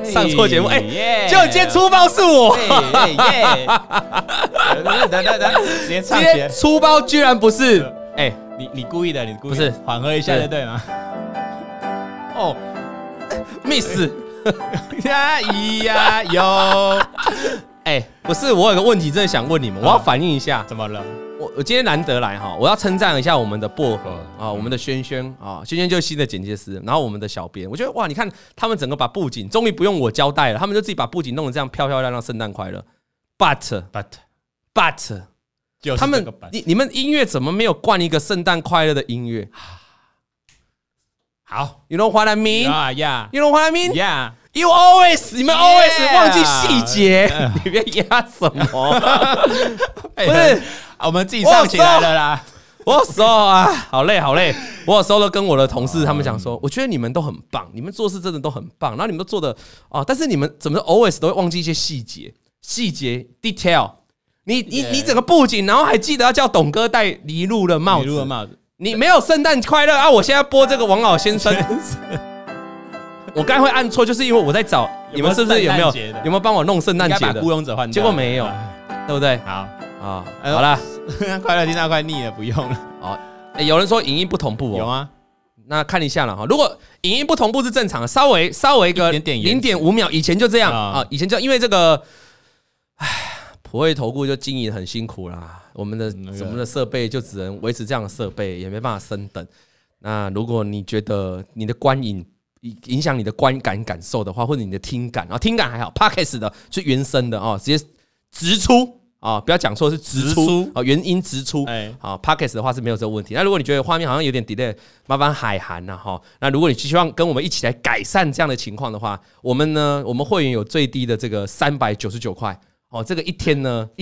上错节目，就今天出包是我， 直接唱今天出包居然不是， 你故意的，你故意的不是缓和一下就对吗？哦 ，miss， 呀咿呀哟， 不是，我有个问题真的想问你们，我要反映一下， 怎么了？ 我今天难得来哈，我要称赞一下我们的薄荷啊，我们的轩轩啊，轩轩就是新的剪接师，然后我们的小编，我觉得哇，你看他们整个把布景终于不用我交代了，他们就自己把布景弄得这样漂漂亮亮，圣诞快乐。But 他们你们音乐怎么没有灌一个圣诞快乐的音乐？ 好 ，You know what I mean? Yeah, You know what I mean? yeah. You always 你们 always 忘记细节，你别压什么？不是， 我们自己上起来了啦。 我有时候啊，好累。我有时候都跟我的同事他们讲说，我觉得你们都很棒，你们做事真的都很棒，然后你们都做的啊，但是你们怎么 always 都会忘记一些细节 detail。你整个布景，然后还记得要叫董哥戴麋鹿的帽子，你没有圣诞快乐啊！我现在播这个王老先生。我刚才会按错，就是因为我在找你们是不是有没有帮我弄圣诞节的雇佣者换掉， 结果没有，对不对？ 好啊，好啦， 快乐听到快腻了，不用了。 好，有人说影音不同步哦， 有吗？ 那看一下了哈。如果影音不同步是正常的，稍微个0.5秒，以前就这样啊，以前就因为这个，普惠投顾就经营很辛苦啦，我们的设备就只能维持这样的设备，也没办法升等。那如果你觉得你的观影响你的观感感受的话，或者你的听感啊，听感还好 ，Podcast 的是原声的啊，直接直出啊，不要讲错是直出啊，原音直出。好 ，Podcast 的话是没有这个问题。那如果你觉得画面好像有点 delay， 麻烦海涵呐哈。那如果你希望跟我们一起来改善这样的情况的话，我们会员有最低的这个399块。哦，这个一天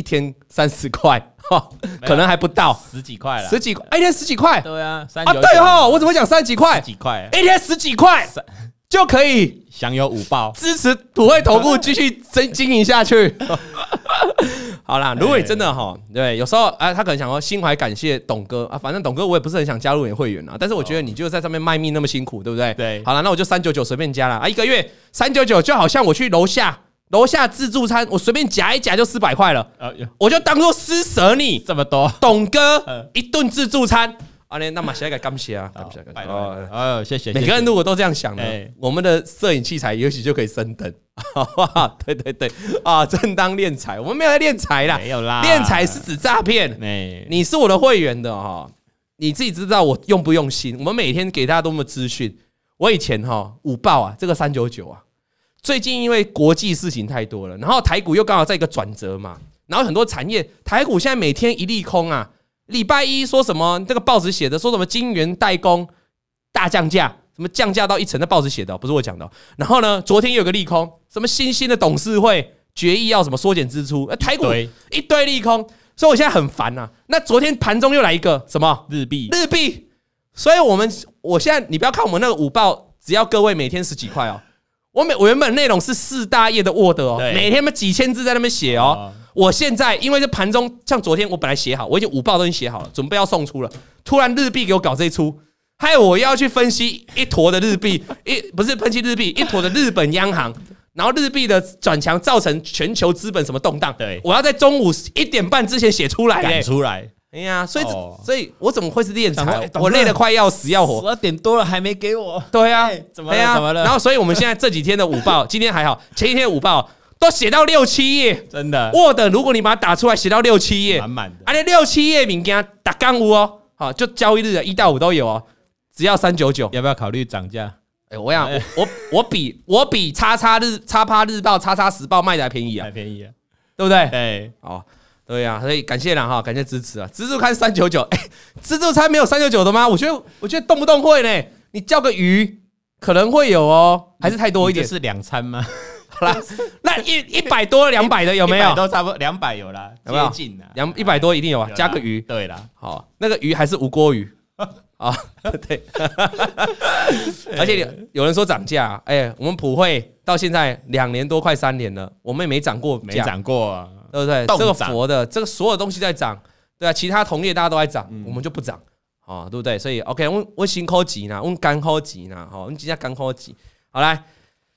30块，可能还不到 10几块了， 一天10几块， 对啊， 对哈，我怎么讲30几块？ 10几块， 一天10几块就可以享有5报， 支持普惠投顾继续经营下去。好啦，如果你真的对，有时候他可能想说心怀感谢董哥啊，反正董哥我也不是很想加入你的会员啊，但是我觉得你就在上面卖命那么辛苦，对不对？ 对， 好了，那我就399随便加了啊，一个月399就好像我去楼下自助餐，我随便夹一夹就400块了，我就当做施舍你这么多， 董哥一顿自助餐，那马上感谢啊， 谢谢。 每个人如果都这样想呢，我们的摄影器材也许就可以升等，好不好？对啊，正当敛财，我们没有在敛财啦， 没有啦， 敛财是指诈骗。你是我的会员的哈，你自己知道我用不用心。我们每天给大家多么资讯，我以前午报啊，这个399啊。最近因为国际事情太多了，然后台股又刚好在一个转折嘛，然后很多产业，台股现在每天一利空啊。礼拜一说什么？这个报纸写的说什么晶圆代工大降价，什么降价到1成的报纸写的，不是我讲的。然后呢，昨天有个利空，什么新兴的董事会决议要什么缩减支出，台股一堆利空，所以我现在很烦啊。那昨天盘中又来一个什么日币， 所以我现在你不要看我们那个午报，只要各位每天10几块哦。我原本内容是4大页的 Word 哦，每天几千字在那边写哦。我现在因为这盘中，像昨天我本来写好，我已经午报都已经写好了，准备要送出了。突然日币给我搞这一出，害我要去分析一坨的日币，不是分析日币，一坨的日本央行，然后日币的转强造成全球资本什么动荡。 对， 我要在中午1点半之前写出来， 赶出来。 哎呀，所以我怎么会是敛财？我累得快要死要活 ，12点多了还没给我。 对啊， 怎么了？ 然后，所以我们现在这几天的午报，今天还好，前一天的午报都写到6、7页， 真的。 Word 如果你把它打出来，写到6、7页， 满满的。 而且6、7页物件打刚有哦，好，就交易日1到5都有哦，只要399。 要不要考虑涨价？ 我想我比叉趴日报、叉时报卖的还便宜啊， 对不对？ 对， 对呀，所以感谢啦哈，感谢支持啊！自助餐399，自助餐没有399的吗？我觉得动不动会呢，你叫个鱼可能会有哦，还是太多一点？ 是2餐吗？ 好啦，那100多200的有没有 ？100都差不多，200有啦，接近啦 ，100多一定有啊，加个鱼。 对啦， 好，那个鱼还是无锅鱼啊，对。而且有人说涨价，我们普惠到现在2年多快3年了，我们也没涨过价， 没涨过啊。 对不对？这个佛的，这个所有东西在涨，对啊，其他同业大家都在涨，我们就不涨，对不对？所以 OK， 我辛苦钱啦，我干苦钱啦，我们今天干苦钱。好来，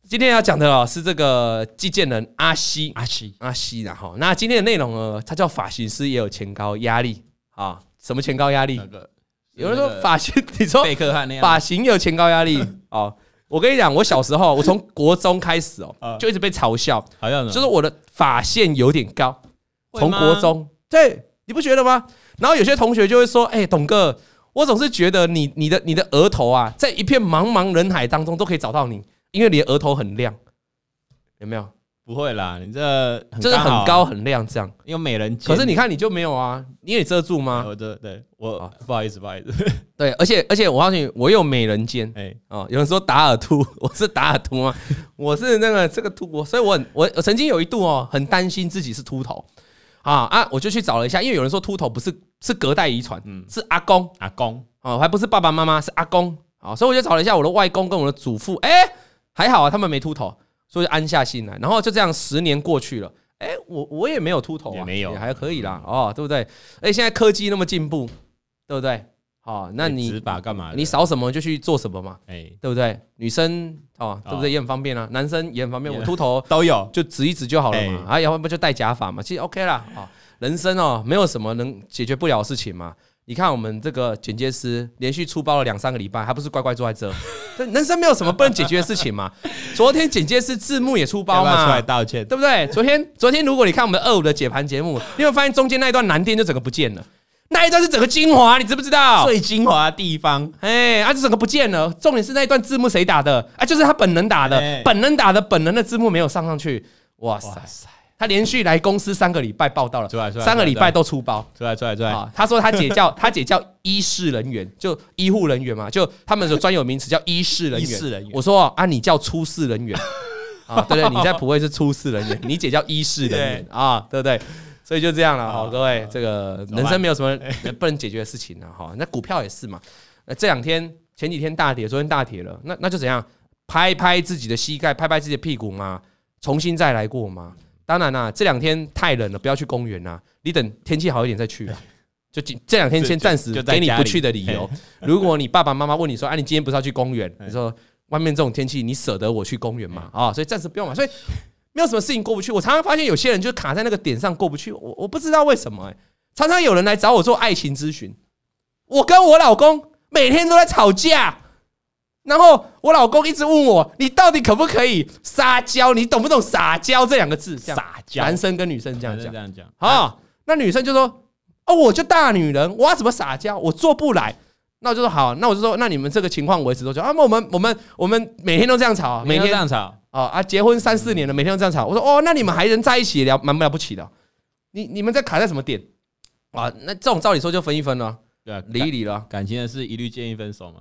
今天要讲的是这个季建人阿西，然后那今天的内容呢，他叫发型师也有前高压力啊？什么前高压力？有人说发型，你说发型有前高压力哦。我跟你讲，我小时候，我从国中开始就一直被嘲笑，就是我的发线有点高。从国中，对，你不觉得吗？然后有些同学就会说：“董哥，我总是觉得你的额头啊，在一片茫茫人海当中都可以找到你，因为你的额头很亮，有没有？” 不会啦，你这就是很高很亮这样， 有美人尖。 可是你看你就没有啊，你也遮住吗？ 对，我不好意思。 对，而且我告诉你，我有美人尖。有人说达尔秃，我是达尔秃吗？我是这个秃，所以我曾经有一度很担心自己是秃头我就去找了一下，因为有人说秃头不是隔代遗传，是阿公还不是爸爸妈妈，是阿公所以我就找了一下我的外公跟我的祖父，还好他们没秃头。所以安下心来，然后就这样10年过去了，我也没有秃头也没有， 也还可以啦，对不对？现在科技那么进步，对不对？那你植发干嘛？ 你少什么就去做什么嘛，对不对？女生对不对也很方便啊，男生也很方便，我秃头都有， 就指一指就好了嘛，要不就戴假发嘛，其实 OK 啦人生没有什么能解决不了的事情嘛。你看我们这个剪接师连续出包了2-3个礼拜，还不是乖乖坐在这？人生没有什么不能解决的事情嘛。昨天剪接师字幕也出包嘛， 要不要出来道歉， 对不对？昨天如果你看我们的25的解盘节目，你会发现中间那一段蓝电就整个不见了，那一段是整个精华，你知不知道？ 最精华的地方， 就整个不见了。重点是那一段字幕谁打的？就是他本人打的，本人的字幕没有上上去。哇塞！他连续来公司3个礼拜报道了，3个礼拜都出包， 出来！ 他说他姐叫医事人员，就医护人员嘛，就他们的专有名词叫医事人员。我说你叫出事人员对，你在普惠是出事人员，你姐叫医事人员对不对？所以就这样了各位，这个人生没有什么不能解决的事情那股票也是嘛，前几天大跌，昨天大跌了，那就怎样？拍拍自己的膝盖，拍拍自己的屁股嘛，重新再来过嘛。当然啦，这2天太冷了，不要去公园啦。你等天气好一点再去啦。就这2天先暂时给你不去的理由。如果你爸爸妈妈问你说，你今天不是要去公园？你说外面这种天气，你舍得我去公园吗？所以暂时不用嘛。所以没有什么事情过不去。我常常发现有些人就卡在那个点上过不去，我不知道为什么常常有人来找我做爱情咨询，我跟我老公每天都在吵架。然后我老公一直问我，你到底可不可以撒娇？你懂不懂撒娇这2个字？ 撒娇， 男生跟女生这样讲那女生就说我就大女人，我要怎么撒娇？我做不来。那我就说好，那我就说那你们这个情况维持多久我们每天都这样吵， 每天这样吵结婚3-4年了，每天都这样吵。我说那你们还能在一起聊，蛮了不起的。你们在卡在什么点那这种照理说就分一分了。对理一理了， 感情的事一律建议分手嘛。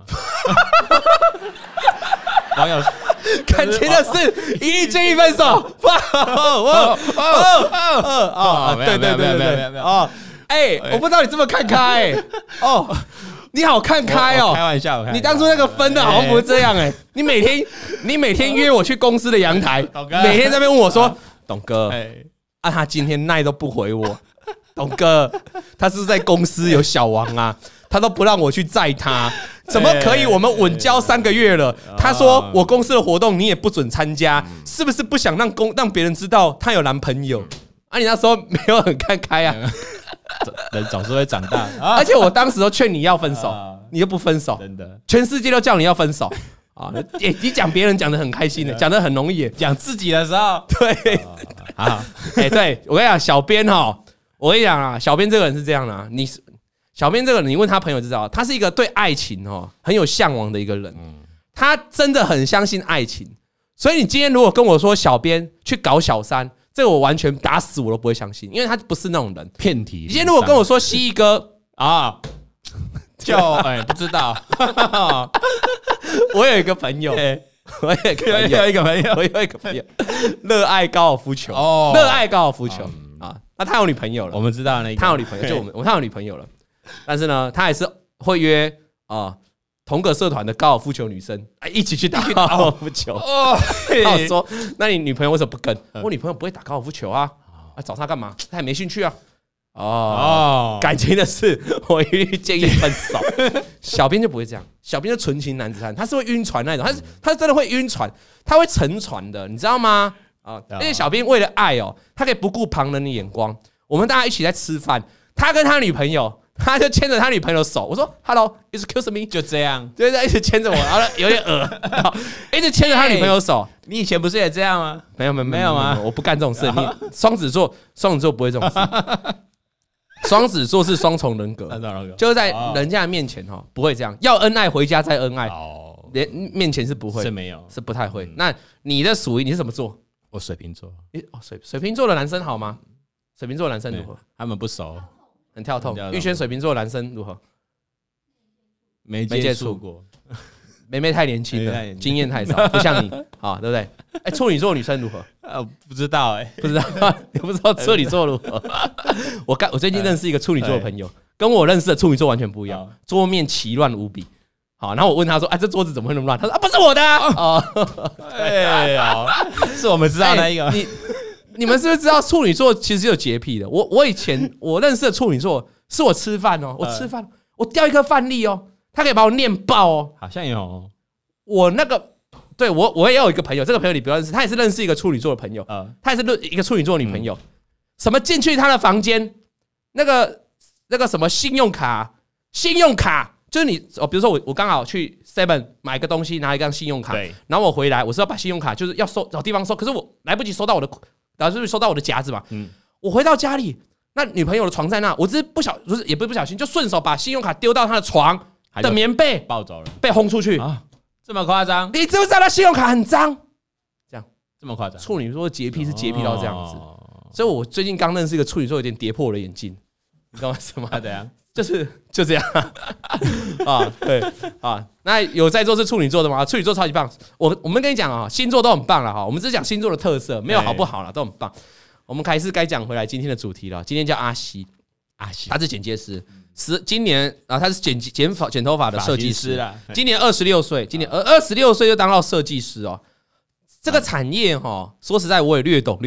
网友感情的事一律建议分手。对，我不知道你这么看开你好看开开玩笑， 你当初那个分的好像不是这样你每天约我去公司的阳台，每天在那边问我说，董哥他今天赖都不回我。董哥，他是在公司有小王他都不让我去载他，怎么可以？我们稳交3个月了，他说我公司的活动你也不准参加，是不是不想让别人知道他有男朋友？你那时候没有很看开人总是会长大， 而且我当时都劝你要分手，你又不分手， 真的， 全世界都叫你要分手你讲别人讲得很开心的，讲得很容易， 讲自己的时候， 对对，我跟你讲，小编我跟你讲小编这个人是这样的小编这个人，你问他朋友就知道，他是一个对爱情很有向往的一个人，他真的很相信爱情，所以你今天如果跟我说小编去搞小三，这个我完全打死我都不会相信，因为他不是那种人， 骗题。 你今天如果跟我说蜥蜴哥就不知道， 我有一个朋友，我有一个朋友，热爱高尔夫球，那他有女朋友了， 我们知道那个， 他有女朋友，就他有女朋友了，但是呢，他还是会约同个社团的高尔夫球女生一起去打高尔夫球。他有说，那你女朋友为什么不跟？我女朋友不会打高尔夫球找她干嘛？她也没兴趣感情的事我一律建议分手。小编就不会这样，小编就纯情男子汉，他是会晕船那种，他是真的会晕船，他会沉船的，你知道吗？而且小编为了爱他可以不顾旁人的眼光。我们大家一起在吃饭，他跟他女朋友，他就牵着他女朋友的手，我说 Hello，excuse me， 就这样， 对，一直牵着我，然后有点恶，一直牵着他女朋友手。 你以前不是也这样吗？ 没有吗？我不干这种事。你双子座不会这种事。双子座是双重人格，就是在人家的面前不会这样，要恩爱回家再恩爱，连面前是不会， 是没有， 是不太会。那你的属于你是什么座？ 我水瓶座。 水瓶座的男生好吗？水瓶座的男生如何？ 他们不熟， 很跳痛。玉轩水瓶座的男生如何？ 没接触过。 妹妹太年轻了，经验太少，不像你啊，对不对？处女座女生如何？ 不知道不知道，你不知道处女座如何？我最近认识一个处女座的朋友，跟我认识的处女座完全不一样，桌面奇乱无比。好，然后我问他说：“这桌子怎么会那么乱？”他说：“不是我的是我们知道那一个。 你们是不是知道处女座其实有洁癖的？我以前我认识的处女座，是我吃饭我吃饭我掉一颗饭粒他可以把我念爆好像有。 我那个对我也有一个朋友，这个朋友你不认识，他也是认识一个处女座的朋友，他也是一个处女座的女朋友。什么进去他的房间，那个什么信用卡，就是你比如说我刚好去 7 买个东西，拿一张信用卡，然后我回来我是要把信用卡就是要找地方收，可是我来不及收到然后就是收到我的夹子嘛，我回到家里，那女朋友的床在那，我只是也不是不小心，就顺手把信用卡丢到她的床的棉被抱走了， 被轰出去这么夸张？ 你知不知道他信用卡很脏？ 这么夸张？ 处女座洁癖是洁癖到这样子，所以我最近刚认识一个处女座，有点跌破我的眼镜，你知道什么？ 怎样？ 就这样对那有在座是处女座的吗？处女座超级棒，我们跟你讲星座都很棒了我们只是讲星座的特色，没有好不好了，都很棒。我们还是该讲回来今天的主题了。今天叫阿西，他是剪接师。今年他是剪头发的设计师，今年26岁，今年26岁就当到设计师这个产业说实在我也略懂，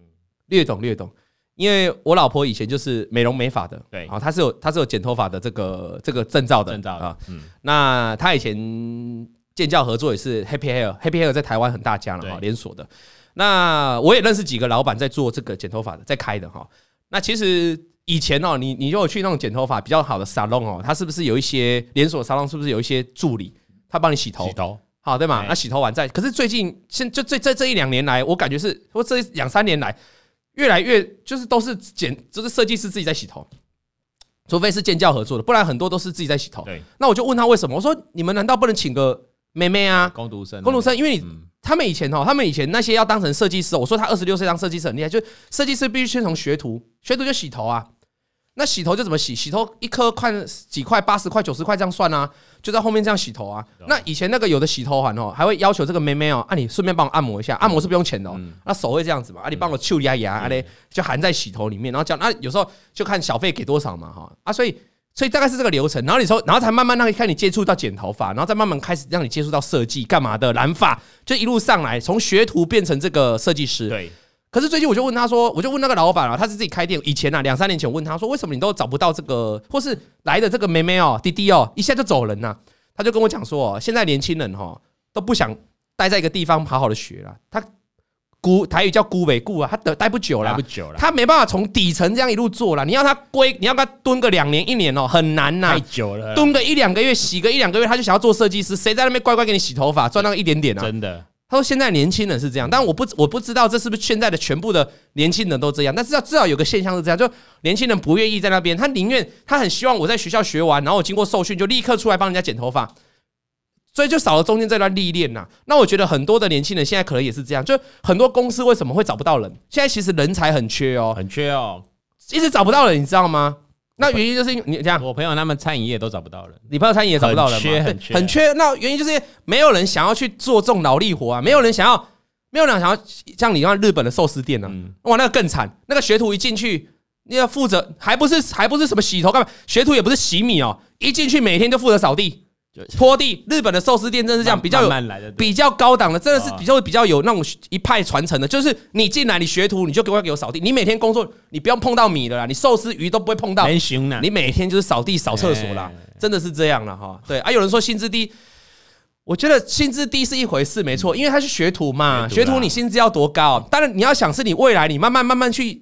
因为我老婆以前就是美容美发的，对，她是有剪头发的这个证照的那她以前建教合作也是 Happy Hair 在台湾很大家了连锁的。那我也认识几个老板在做这个剪头发的，在开的那其实以前你如果去那种剪头发比较好的沙龙它是不是有一些连锁沙龙，是不是有一些助理他帮你洗头好对吗？那洗头完可是最近就这1-2年来，我感觉是或这2-3年来越来越就是都是就是设计师自己在洗头，除非是建教合作的，不然很多都是自己在洗头。那我就问他为什么，我说你们难道不能请个妹妹工读生？因为他们以前那些要当成设计师，我说他26岁当设计师很厉害，就设计师必须先从学徒就洗头那洗头就怎么洗？洗头一颗看几块，80块、90块这样算就在后面这样洗头那以前那个有的洗头环还会要求这个妹妹你顺便帮我按摩一下，按摩是不用钱的那手会这样子嘛你帮我揪牙就含在洗头里面，然后这样那有时候就看小费给多少嘛所以大概是这个流程，然后才慢慢让你接触到剪头发，然后再慢慢开始让你接触到设计干嘛的染发，就一路上来从学徒变成这个设计师。对。可是最近我就问他说，我就问那个老板他是自己开店，以前2-3年前我问他说，为什么你都找不到这个，或是来的这个妹妹弟弟一下就走人他就跟我讲说现在年轻人都不想待在一个地方好好的学了，他台语叫孤北固他待不久了，他没办法从底层这样一路做了，你要他蹲个2年1年很难太久了， 蹲个1-2个月，洗个1-2个月，他就想要做设计师，谁在那边乖乖给你洗头发，赚那个一点点真的。 他说现在年轻人是这样，但我不知道这是不是现在的全部的年轻人都这样，但是至少有个现象是这样，就年轻人不愿意在那边，他很希望我在学校学完，然后我经过受训就立刻出来帮人家剪头发，所以就少了中间这段历练那我觉得很多的年轻人现在可能也是这样，就很多公司为什么会找不到人？现在其实人才很缺一直找不到人，你知道吗？那原因就是你这样， 我朋友他们餐饮业都找不到人， 你朋友餐饮也找不到人吗？很缺。那原因就是没有人想要去做这种劳力活没有人想要像你看日本的寿司店哇，那个更惨，那个学徒一进去，你要负责还不是什么洗头干嘛？学徒也不是洗米一进去每天就负责扫地， 拖地，日本的寿司店真的是这样，比较高档的，真的是比较有那种一派传承的，就是你进来你学徒，你就给我扫地，你每天工作你不用碰到米了啦，你寿司鱼都不会碰到，你每天就是扫地扫厕所啦，真的是这样了哈。对啊，有人说薪资低。我觉得薪资低是一回事，没错，因为他是学徒嘛，学徒你薪资要多高？当然你要想是你未来你慢慢去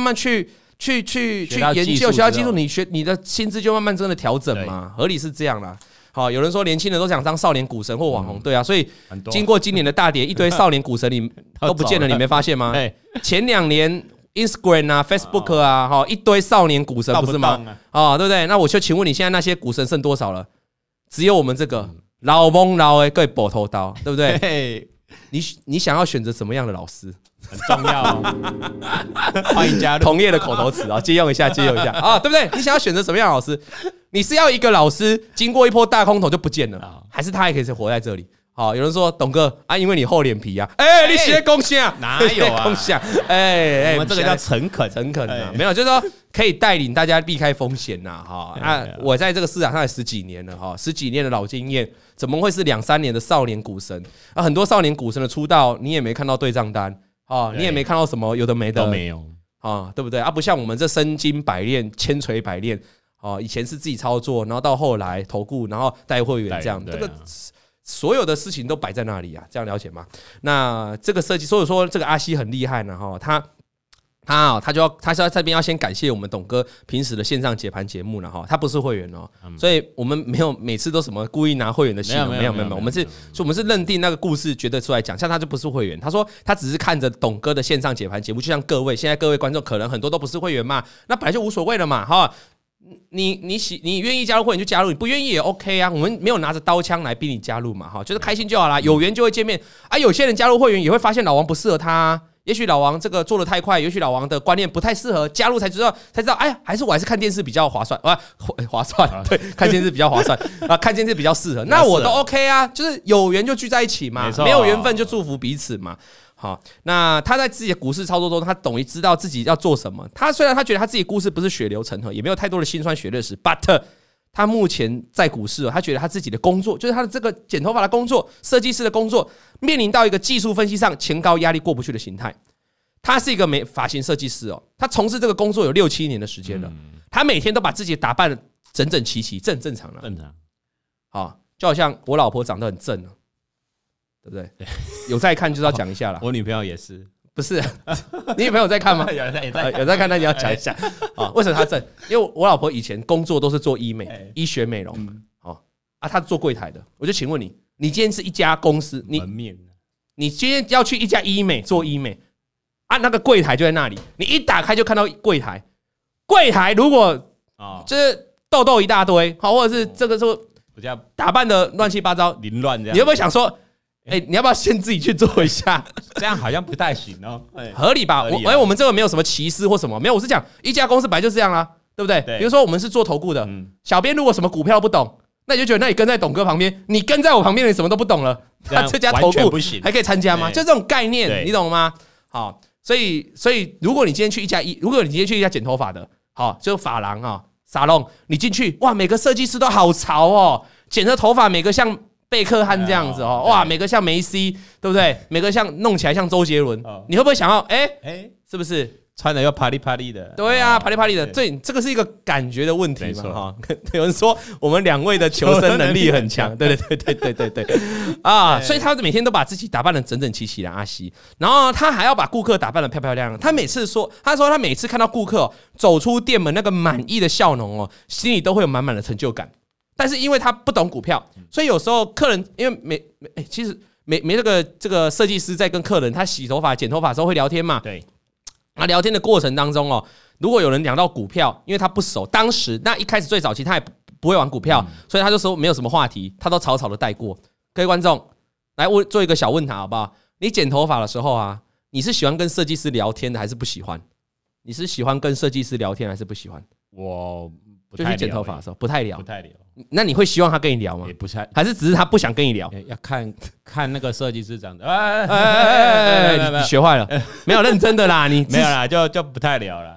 研究学到技术，你的薪资就慢慢真的调整嘛，合理是这样啦。好，有人说年轻人都想当少年股神或网红，对啊，所以经过今年的大跌，一堆少年股神你都不见了，你没发现吗？前2年 Instagram 啊 Facebook 啊，一堆少年股神不是吗？对不对？那我就请问你现在那些股神剩多少了？只有我们这个。老懵老的各位补头刀，对不对？你想要选择什么样的老师？ 很重要哦。欢迎加入同业的口头词啊，借用一下啊，对不对？你想要选择什么样的老师？你是要一个老师经过一波大空头就不见了，还是他还可以活在这里？好，有人说董哥啊，因为你厚脸皮啊，你写贡献啊， 哪有啊？ 贡献， 我们这个叫诚恳啊，没有，就是说可以带领大家避开风险呐，哈。我在这个市场上也10几年了哈，10几年的老经验，怎么会是2、3年的少年股神啊？很多少年股神的出道，你也没看到对账单啊，你也没看到什么有的没的， 都没有啊，对不对啊？不像我们这身经百炼、千锤百炼啊，以前是自己操作，然后到后来投顾，然后带会员这样，这个。所有的事情都摆在那里啊，这样了解吗？那这个设计，所以说这个阿西很厉害呢，哈，他在这边要先感谢我们董哥平时的线上解盘节目了哈，他不是会员哦，所以我们没有每次都什么故意拿会员的戏，没有，我们是认定那个故事觉得出来讲，像他就不是会员，他说他只是看着董哥的线上解盘节目，就像现在各位观众可能很多都不是会员嘛，那本来就无所谓了嘛，哈。你愿意加入会员就加入，你不愿意也 OK 啊。我们没有拿着刀枪来逼你加入嘛，哈，就是开心就好啦。有缘就会见面啊。有些人加入会员也会发现老王不适合他啊，也许老王这个做得太快，也许老王的观念不太适合，加入才知道，哎呀，还是看电视比较划算啊，划算，对，看电视比较划算啊，看电视比较适合，那我都 OK 啊，就是有缘就聚在一起嘛，没有缘分就祝福彼此嘛。好，那他在自己的股市操作中，他懂于知道自己要做什么。虽然他觉得他自己故事不是血流成河，也没有太多的辛酸血泪史 ，but 他目前在股市，他觉得他自己的工作，就是他的这个剪头发的工作、设计师的工作，面临到一个技术分析上前高压力过不去的形态。他是一个发型设计师哦，他从事这个工作有6、7年的时间了，他每天都把自己打扮得整整齐齐，这很正常了。 正常， 好，就好像我老婆长得很正啊。对不对？有在看就要讲一下啦。 我女朋友也是， 不是？你女朋友在看吗？有在看，那你要讲一下啊。为什么她正？因为我老婆以前工作都是做医学美容，她做柜台的。我就请问你，你今天是一家公司，你今天要去一家医美做医美啊，那个柜台就在那里，你一打开就看到柜台。柜台如果就是痘痘一大堆，好，或者是这个说打扮的乱七八糟、 凌乱这样， 你有没有想说？你要不要先自己去做一下？ 这样好像不太行哦， 合理吧？我们这个没有什么歧视或什么，没有，我是讲一家公司本来就这样啦，对不对？比如说我们是做投顾的，小编如果什么股票不懂，那你就觉得那你跟在董哥旁边，你跟在我旁边你什么都不懂了，那这家投顾还可以参加吗？就这种概念，你懂吗？好，所以如果你今天去一家剪头发的，好，就发廊啊沙龙，你进去哇，每个设计师都好潮哦，剪的头发每个像贝克汉这样子哦，哇，每个像梅西，对不对？每个像弄起来像周杰伦，你会不会想要？是不是穿的要啪哩啪哩的？ 对啊，啪哩啪哩的，这个是一个感觉的问题嘛，哈。有人说我们2位的求生能力很强，对啊，所以他每天都把自己打扮得整整齐齐的阿西，然后他还要把顾客打扮得漂漂亮亮。他说他每次看到顾客走出店门那个满意的笑容哦，心里都会有满满的成就感。但是因为他不懂股票，所以有时候客人因为其实这个设计师在跟客人他洗头发、剪头发的时候会聊天嘛， 对。 那聊天的过程当中哦，如果有人讲到股票，因为他不熟，当时那一开始最早期他也不会玩股票，所以他就说没有什么话题，他都草草的带过。各位观众，来做一个小问答好不好？你剪头发的时候啊，你是喜欢跟设计师聊天的还是不喜欢？你是喜欢跟设计师聊天还是不喜欢？ 我就是剪头发的时候不太聊。那你会希望他跟你聊吗？ 也不太， 还是只是他不想跟你聊？ 要看那个设计师长得， 你学坏了，没有认真的啦，你没有啦，就不太聊了。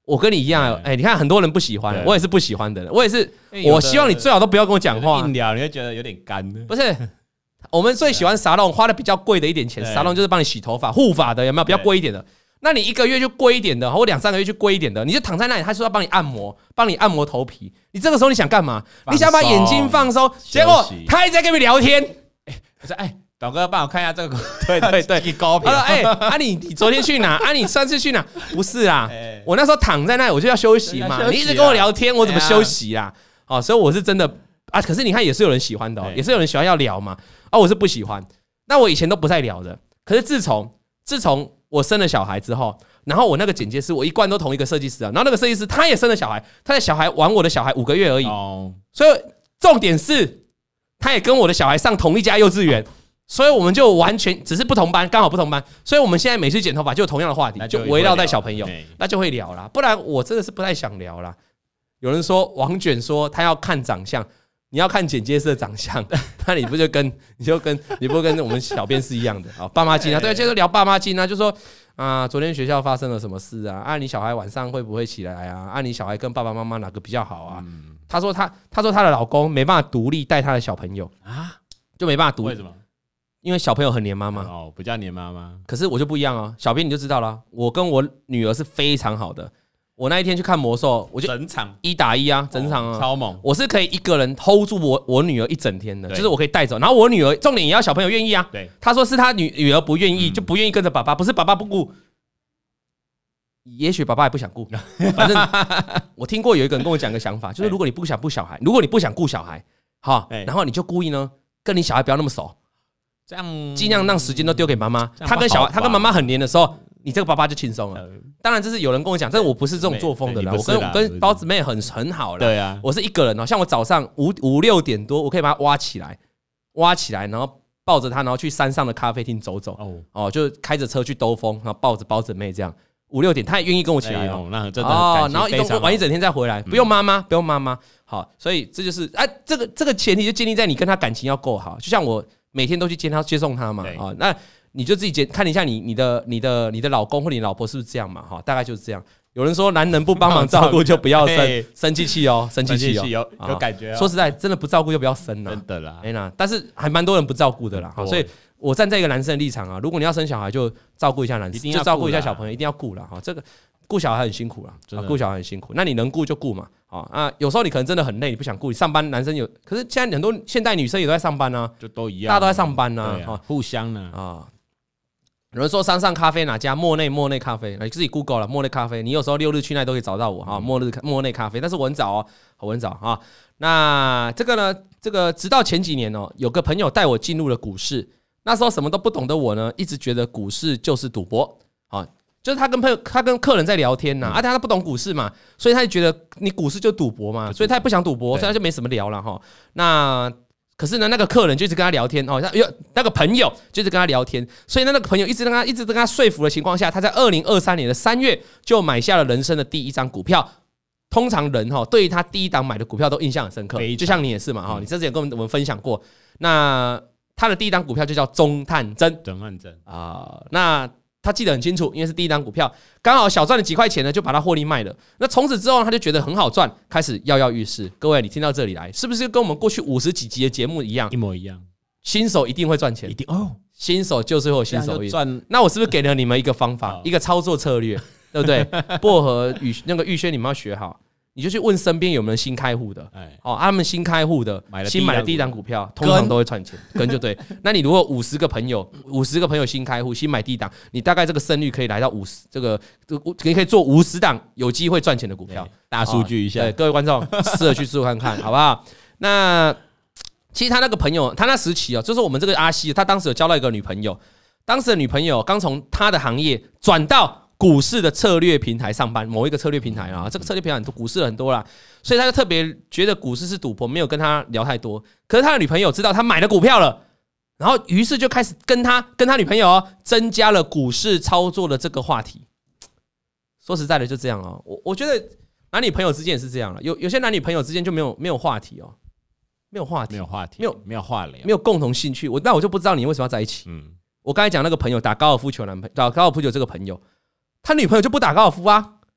我跟你一样，你看很多人不喜欢，我也是不喜欢的人，我也是，我希望你最好都不要跟我讲话， 硬聊你会觉得有点干。 不是，我们最喜欢沙龙，花的比较贵的一点钱，沙龙就是帮你洗头发、护发的，有没有比较贵一点的？那你1个月就贵一点的，或2、3个月就贵一点的，你就躺在那里，他说要帮你按摩头皮，你这个时候你想干嘛？你想把眼睛放松，结果他一直在跟你聊天。 我说导哥帮我看一下这个， 对，高频。他说你昨天去哪？你上次去哪？不是啦，我那时候躺在那里，我就要休息嘛。你一直跟我聊天，我怎么休息啦？所以我是真的啊。可是你看，也是有人喜欢的，也是有人喜欢要聊嘛。我是不喜欢。那我以前都不太聊的，可是自从我生了小孩之后，然后我那个剪接师，我一贯都同一个设计师啊。然后那个设计师他也生了小孩，他的小孩玩我的小孩5个月而已。所以重点是，他也跟我的小孩上同一家幼稚园。所以我们就完全只是不同班，刚好不同班，所以我们现在每次剪头发就有同样的话题，就围绕在小朋友，那就会聊啦。不然我真的是不太想聊啦。有人说王卷说他要看长相，你要看剪接师的长相，那你不跟我们小编是一样的啊？爸妈经啊，对，接着聊爸妈经啊，就说啊，昨天学校发生了什么事啊？你小孩晚上会不会起来啊？你小孩跟爸爸妈妈哪个比较好啊？她说她的老公没办法独立带她的小朋友啊，就没办法独立，为什么？因为小朋友很黏妈妈不叫黏妈妈。 可是我就不一样哦，小编你就知道了，我跟我女儿是非常好的。我那一天去看魔兽，我就整场 1打1啊，整场啊， 超猛。 我是可以一个人 hold 住我女儿一整天的，就是我可以带走。然后我女儿重点也要小朋友愿意啊。 对， 她说是她女儿不愿意，就不愿意跟着爸爸，不是爸爸不顾。也许爸爸也不想顾，反正我听过有一个人跟我讲个想法，就是如果你不想顾小孩，好，然后你就故意呢跟你小孩不要那么熟。 这样尽量让时间都丢给妈妈，他跟妈妈很黏的时候，你这个爸爸就轻松了。当然，这是有人跟我讲，但是我不是这种作风的啦。我跟包子妹很好了。 对啊， 我是一个人哦，像我早上5、6点多，我可以把他挖起来，然后抱着他，然后去山上的咖啡厅走走。就开着车去兜风，然后抱着包子妹这样5、6点，他也愿意跟我起来哦。 那真的然后玩一整天再回来，不用妈妈。好，所以这就是这个前提就建立在你跟他感情要够好，就像我。每天都去接送他嘛，那你就自己看一下你的老公或你老婆是不是这样嘛，大概就是这样。有人说男人不帮忙照顾就不要生气气哦， 有感觉。 说实在，真的不照顾就不要生了， 真的啦。 但是还蛮多人不照顾的啦，所以我站在一个男生的立场啊，如果你要生小孩，就照顾一下男生，就照顾一下小朋友，一定要顾啦。这个顾小孩很辛苦啦，顾小孩很辛苦。那你能顾就顾嘛。有时候你可能真的很累，你不想顾。上班男生有，可是现在很多现代女生也都在上班啊， 就都一样， 大家都在上班啊， 互相呢有人说山上咖啡哪家？莫内咖啡，你自己 Google 了莫内咖啡。你有时候6日去那都可以找到我莫内咖啡。但是我很早啊。那这个呢？这个直到前几年有个朋友带我进入了股市。那时候什么都不懂的我呢，一直觉得股市就是赌博就是他跟客人在聊天呐，他不懂股市嘛，所以他就觉得你股市就赌博嘛，所以他也不想赌博，所以他就没什么聊了哈。那可是呢，那个客人就一直跟他聊天那个朋友就一直跟他聊天，所以那个朋友一直跟他说服的情况下，他在2023年的3月就买下了人生的第一张股票。通常人对于他第一档买的股票都印象很深刻，就像你也是嘛你之前跟我们分享过。那他的第一档股票就叫中探针那他记得很清楚，因为是第一档股票，刚好小赚了几块钱呢，就把它获利卖了。那从此之后，他就觉得很好赚，开始跃跃欲试。各位，你听到这里来，是不是跟我们过去50几集的节目一样？ 一模一样。 新手一定会赚钱， 一定新手就是会有新手运。那我是不是给了你们一个方法，一个操作策略，对不对？薄荷玉轩，你们要学好。你就去问身边有没有新开户的，他们新开户的新买的第一档股票，通常都会赚钱，跟就对。那你如果50个朋友新开户新买第一档，你大概这个胜率可以来到50，这个你可以做50档有机会赚钱的股票。 大数据一下， 对各位观众，试着去做看看，好不好？那其实他那个朋友，他那时期就是我们这个阿西，他当时有交到一个女朋友，当时的女朋友刚从他的行业转到股市的策略平台上班，某一个策略平台这个策略平台很多，股市很多啦，所以他就特别觉得股市是赌博，没有跟他聊太多。可是他的女朋友知道他买了股票了，然后于是就开始跟他女朋友增加了股市操作的这个话题。说实在的，就这样我觉得男女朋友之间也是这样了，有些男女朋友之间就没有话题没有话聊，没有共同兴趣。那我就不知道你为什么要在一起。我刚才讲那个朋友打高尔夫球这个朋友，他女朋友就不打高尔夫啊，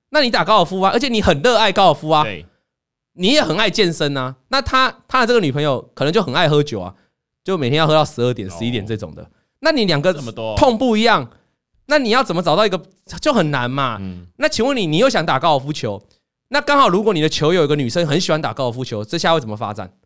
那你打高尔夫啊，而且你很热爱高尔夫啊， 对， 你也很爱健身啊。那他的这个女朋友可能就很爱喝酒啊，就每天要喝到12点、11点这种的。那你两个痛不一样，那你要怎么找到一个就很难嘛。那请问你又想打高尔夫球，那刚好如果你的球友有一个女生很喜欢打高尔夫球，这下会怎么发展？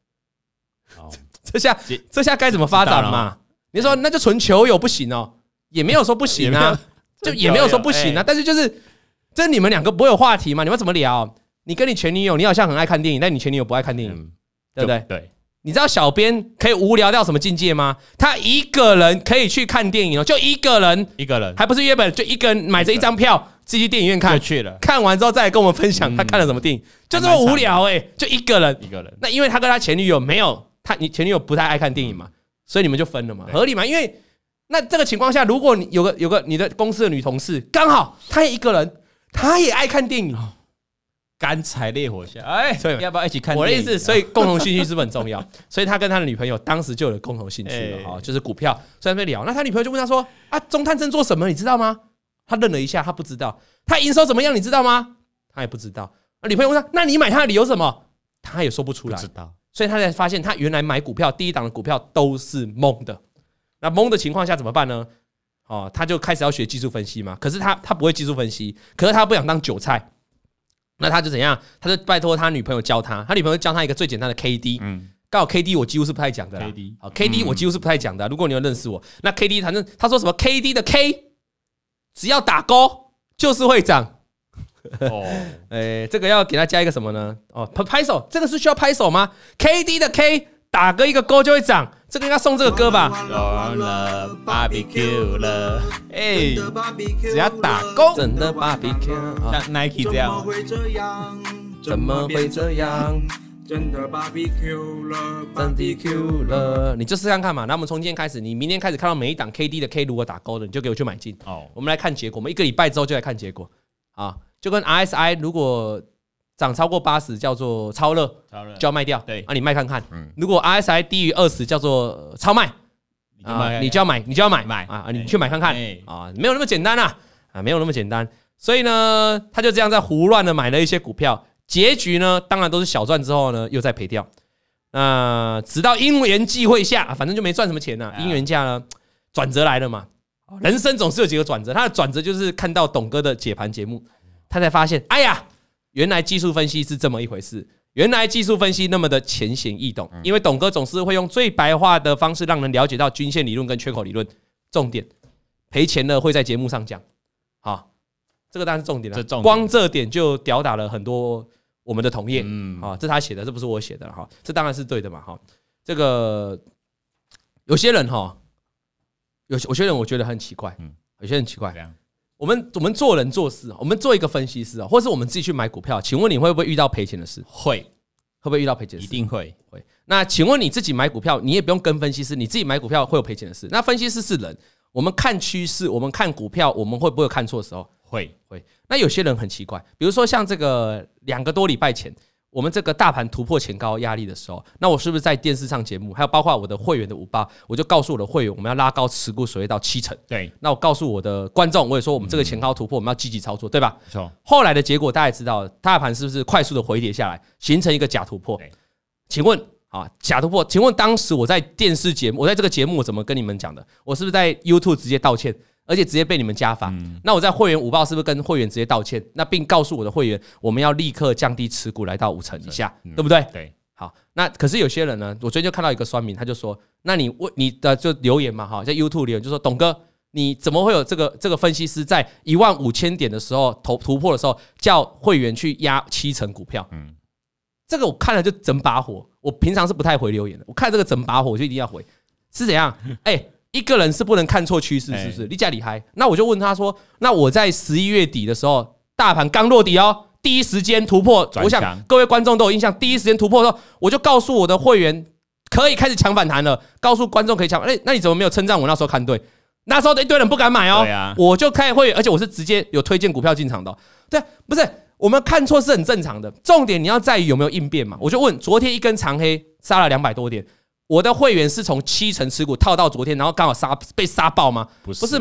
这下该怎么发展嘛？你说那就纯球友不行哦，也没有说不行啊，就也没有说不行啊，但是就是这你们两个不会有话题嘛？你们怎么聊？你跟你前女友，你好像很爱看电影，但你前女友不爱看电影，对不对？ 对。 你知道小编可以无聊到什么境界吗？他一个人可以去看电影哦，就一个人，还不是约本，就一个人买着一张票自己去电影院看， 就去了。 看完之后再来跟我们分享他看了什么电影，就这么无聊就一个人。那因为他跟他前女友没有，你前女友不太爱看电影嘛，所以你们就分了嘛，合理嘛？因为那这个情况下，如果你有个你的公司的女同事，刚好她也一个人，她也爱看电影。 干柴烈火下，所以要不要一起看？ 我的意思，所以共同兴趣是不是很重要？所以他跟他的女朋友当时就有共同兴趣了就是股票，所以在那边聊。那他女朋友就问他说：“啊，中探针做什么？你知道吗？”他愣了一下，他不知道。他营收怎么样？你知道吗？他也不知道。女朋友问他：“那你买他的理由什么？”他也说不出来。不知道。所以他才发现，他原来买股票第一档的股票都是蒙的。那蒙的情况下怎么办呢？他就开始要学技术分析嘛。可是他不会技术分析，可是他不想当韭菜。那他就怎样？他就拜托他女朋友教他，他女朋友教他一个最简单的 KD。刚好 KD 我几乎是不太讲的啦。KD 我几乎是不太讲的。如果你有认识我，那 KD 反正他说什么 KD 的 K， 只要打勾就是会涨。这个要给他加一个什么呢？拍手，这个是需要拍手吗 ？KD 的 K 打个一个勾就会涨，这个应该送这个歌吧。 了 barbecue 了，只要打勾， 真的 barbecue， 像 Nike 这样， 怎么会这样？ 真的 barbecue 了 ，barbecue 了，你就试看看嘛。那我们从今天开始，你明天开始看到每一档 KD 的 K 如果打勾的，你就给我去买进。我们来看结果，我们1个礼拜之后就来看结果啊，就跟 RSI 如果涨超过80叫做超热，就要卖掉。对啊，你卖看看。如果 RSI 低于20叫做超卖，你就要买，你去买看看啊，没有那么简单啊，没有那么简单。所以呢，他就这样在胡乱的买了一些股票，结局呢，当然都是小赚之后呢，又再赔掉。直到因缘际会下，反正就没赚什么钱啊。因缘下呢，转折来了嘛。人生总是有几个转折，他的转折就是看到董哥的解盘节目，他才发现，哎呀。原来技术分析是这么一回事，原来技术分析那么的浅显易懂，因为董哥总是会用最白话的方式让人了解到均线理论跟缺口理论。重点，赔钱了会在节目上讲，好，这个当然是重点了。光这点就吊打了很多我们的同业，这是他写的，这不是我写的哈，这当然是对的嘛哈。这个有些人有些人我觉得很奇怪，有些人很奇怪。我们做人做事，我们做一个分析师，或是我们自己去买股票，请问你会不会遇到赔钱的事？会不会遇到赔钱的事？ 一定会。 那请问你自己买股票，你也不用跟分析师，你自己买股票会有赔钱的事？那分析师是人，我们看趋势，我们看股票，我们会不会有看错的时候？ 会。 那有些人很奇怪，比如说像这个2个多礼拜前，我们这个大盘突破前高压力的时候，那我是不是在电视上节目，还有包括我的会员的午报，我就告诉我的会员，我们要拉高持股水位到70%。 对， 那我告诉我的观众，我也说我们这个前高突破，我们要积极操作，对吧？没错。后来的结果大家也知道，大盘是不是快速的回跌下来，形成一个假突破？请问假突破？请问当时我在电视节目，我在这个节目我怎么跟你们讲的？我是不是在 YouTube 直接道歉？而且直接被你们加罚。那我在会员午报是不是跟会员直接道歉？那并告诉我的会员，我们要立刻降低持股来到5成以下，对不对？ 对。 好，那可是有些人呢，我最近就看到一个酸民，他就说：“那你的就留言嘛，在 YouTube 留言就说，董哥，你怎么会有这个分析师在15000点的时候突破的时候，叫会员去压7成股票？”这个我看了就整把火。我平常是不太回留言的，我看这个整把火我就一定要回，是怎样？一个人是不能看错趋势，是不是？你家厉害。那我就问他说：“那我在11月底的时候，大盘刚落底哦，第一时间突破。我想各位观众都有印象，第一时间突破的时候，我就告诉我的会员可以开始抢反弹了，告诉观众可以抢。那你怎么没有称赞我那时候看对？那时候一堆人不敢买哦。我就开会员，而且我是直接有推荐股票进场的。对，不是我们看错是很正常的，重点你要在于有没有应变嘛。我就问，昨天一根长黑杀了200多点。”我的会员是从7成持股套到昨天，然后刚好被杀爆吗？不是嘛？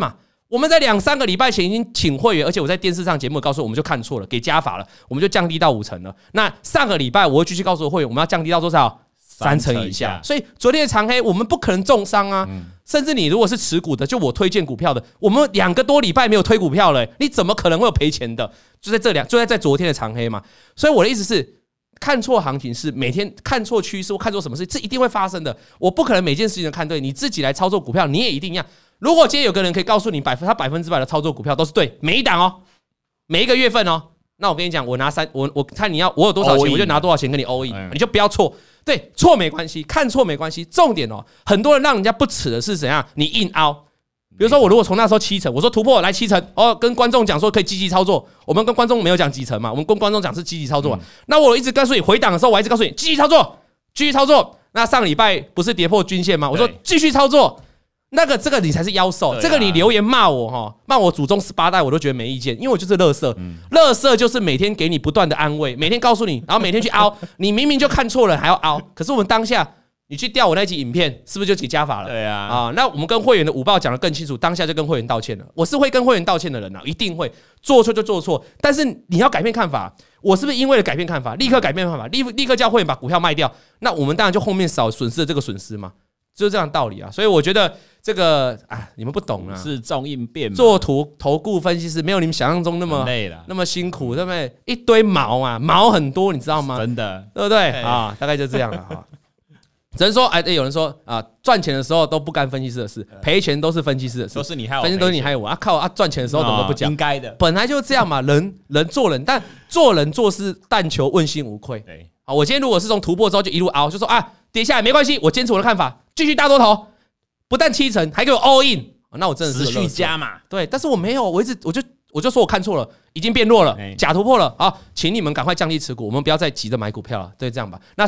我们在2-3个礼拜前已经请会员，而且我在电视上节目告诉我们就看错了，给加法了，我们就降低到50%了。那上个礼拜我会继续告诉会员，我们要降低到多少？3成以下。所以昨天的长黑我们不可能重伤啊。甚至你如果是持股的，就我推荐股票的，我们2个多礼拜没有推股票了，你怎么可能会有赔钱的？就在昨天的长黑嘛。所以我的意思是，看错行情是每天看错趋势或看错什么事，这一定会发生的。我不可能每件事情都看对，你自己来操作股票，你也一定要。如果今天有个人可以告诉你他100%的操作股票都是对，每一档哦，每一个月份哦，那我跟你讲，我看你我有多少钱，我就拿多少钱跟你 all in， 你就不要错。对，错没关系，看错没关系，重点哦，很多人让人家不耻的是怎样？你硬凹。比如说我如果从那时候7成，我说突破来7成，哦，跟观众讲说可以积极操作，我们跟观众没有讲几成嘛，我们跟观众讲是积极操作。那我一直告诉你回档的时候，我一直告诉你积极操作，继续操作。那上礼拜不是跌破均线吗？我说继续操作。这个你才是妖兽，这个你留言骂我骂我祖宗18代我都觉得没意见，因为我就是垃圾，垃圾就是每天给你不断的安慰，每天告诉你，然后每天去凹，你明明就看错了还要凹，可是我们当下你去调我那集影片，是不是就解加法了？ 对啊， 那我们跟会员的午报讲得更清楚，当下就跟会员道歉了。我是会跟会员道歉的人一定会做错就做错，但是你要改变看法。我是不是因为了改变看法，立刻改变看法，立刻叫会员把股票卖掉？那我们当然就后面少损失了这个损失嘛。就是这样的道理啊，所以我觉得这个你们不懂啊， 是重应变嘛， 做投顾分析师没有你们想象中那么累了， 那么辛苦，对不对？一堆毛很多，你知道吗？ 真的， 对不对啊？大概就这样了啊。只能说，有人说赚钱的时候都不干分析师的事，赔钱都是分析师的事， 都是你害我， 分析都是你害我靠赚钱的时候怎么都不讲？ 应该的， 本来就是这样嘛，人做人，但做人做事但求问心无愧。 对， 我今天如果是从突破之后就一路熬，就说跌下来没关系，我坚持我的看法，继续大多头，不但7成，还给我 all in，那我真的是持续加嘛。 对，但是我没有，我就说我看错了，已经变弱了，假突破了啊！请你们赶快降低持股，我们不要再急着买股票了，对，这样吧。那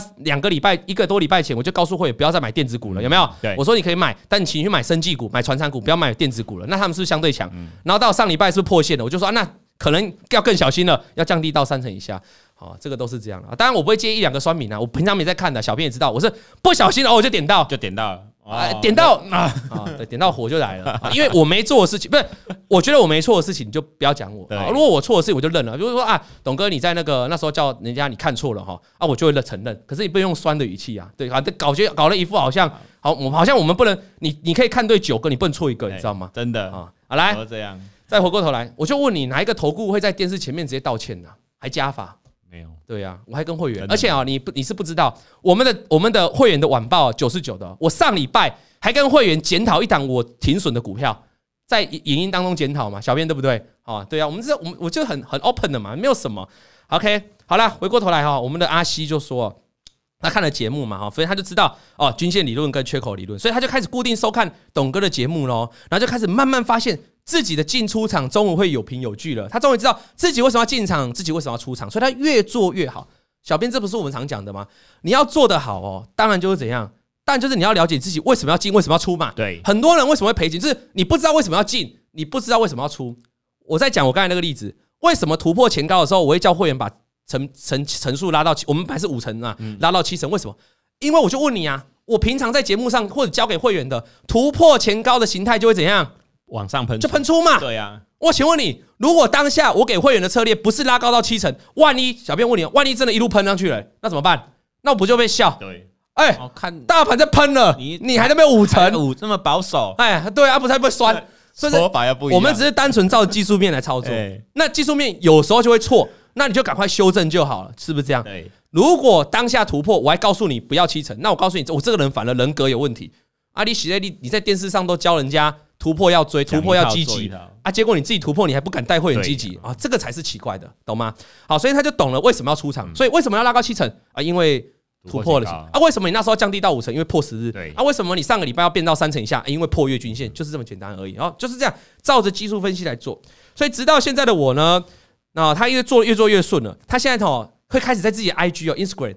1个多礼拜前，我就告诉会员不要再买电子股了，有没有？我说你可以买，但请你去买生技股、买传产股，不要买电子股了。那他们是不是相对强？然后到上礼拜是不是破线了？我就说那可能要更小心了，要降低到3成以下。这个都是这样的。当然我不会接1-2个酸民我平常没在看的，小编也知道，我是不小心我就点到了，点到对，点到火就来了因为我没做的事情，不是，我觉得我没错的事情，你就不要讲我。如果我错的事情，我就认了。比如说董哥你在那时候叫人家你看错了我就会承认。可是你不能用酸的语气对搞了一副好像我们不能，你可以看对9个，你不能错1个，你知道吗？ 真的好来， 这样再回过头来，我就问你，哪一个投顾会在电视前面直接道歉呢？还加法？ 没有。 对啊，我还跟会员，而且你是不知道，我们的会员的晚报99的，我上礼拜还跟会员检讨一档我停损的股票，在影音当中检讨嘛，小编对不对？对啊，我就很 open 的嘛，没有什么。OK， 好了，回过头来我们的阿西就说，他看了节目嘛所以他就知道均线理论跟缺口理论，所以他就开始固定收看董哥的节目咯，然后就开始慢慢发现自己的进出场终于会有凭有据了。他终于知道自己为什么要进场，自己为什么要出场，所以他越做越好。小编，这不是我们常讲的吗？你要做得好当然就是怎样，当然就是你要了解自己为什么要进，为什么要出嘛。 对， 很多人为什么会赔钱，就是你不知道为什么要进，你不知道为什么要出。我在讲我刚才那个例子，为什么突破前高的时候，我会叫会员把层数拉到我们本来是5成拉到7成，为什么？因为我就问你我平常在节目上或者交给会员的突破前高的形态就会怎样？ 往上喷， 就喷出嘛。 对啊， 我请问你，如果当下我给会员的策略不是拉高到7成，万一小编问你，万一真的一路喷上去了，那怎么办？那我不就被笑？ 对， 看大盘在喷了，你还在那边5成， 这么保守， 对啊，不是还不会酸？ 说法又不一样。 我们只是单纯照技术面来操作，那技术面有时候就会错，那你就赶快修正就好了，是不是这样？ 对。 如果当下突破，我还告诉你不要7成，那我告诉你，我这个人反而人格有问题。你在电视上都教人家突破要追，突破要积极结果你自己突破，你还不敢带会员积极这个才是奇怪的，懂吗？好，所以他就懂了为什么要出场，所以为什么要拉高7成因为突破了为什么你那时候降低到5成？因为破10日。 对为什么你上个礼拜要变到3成以下？因为破月均线，就是这么简单而已就是这样，照着技术分析来做。所以直到现在的我呢，他越做越顺了。他现在会开始在自己的 IG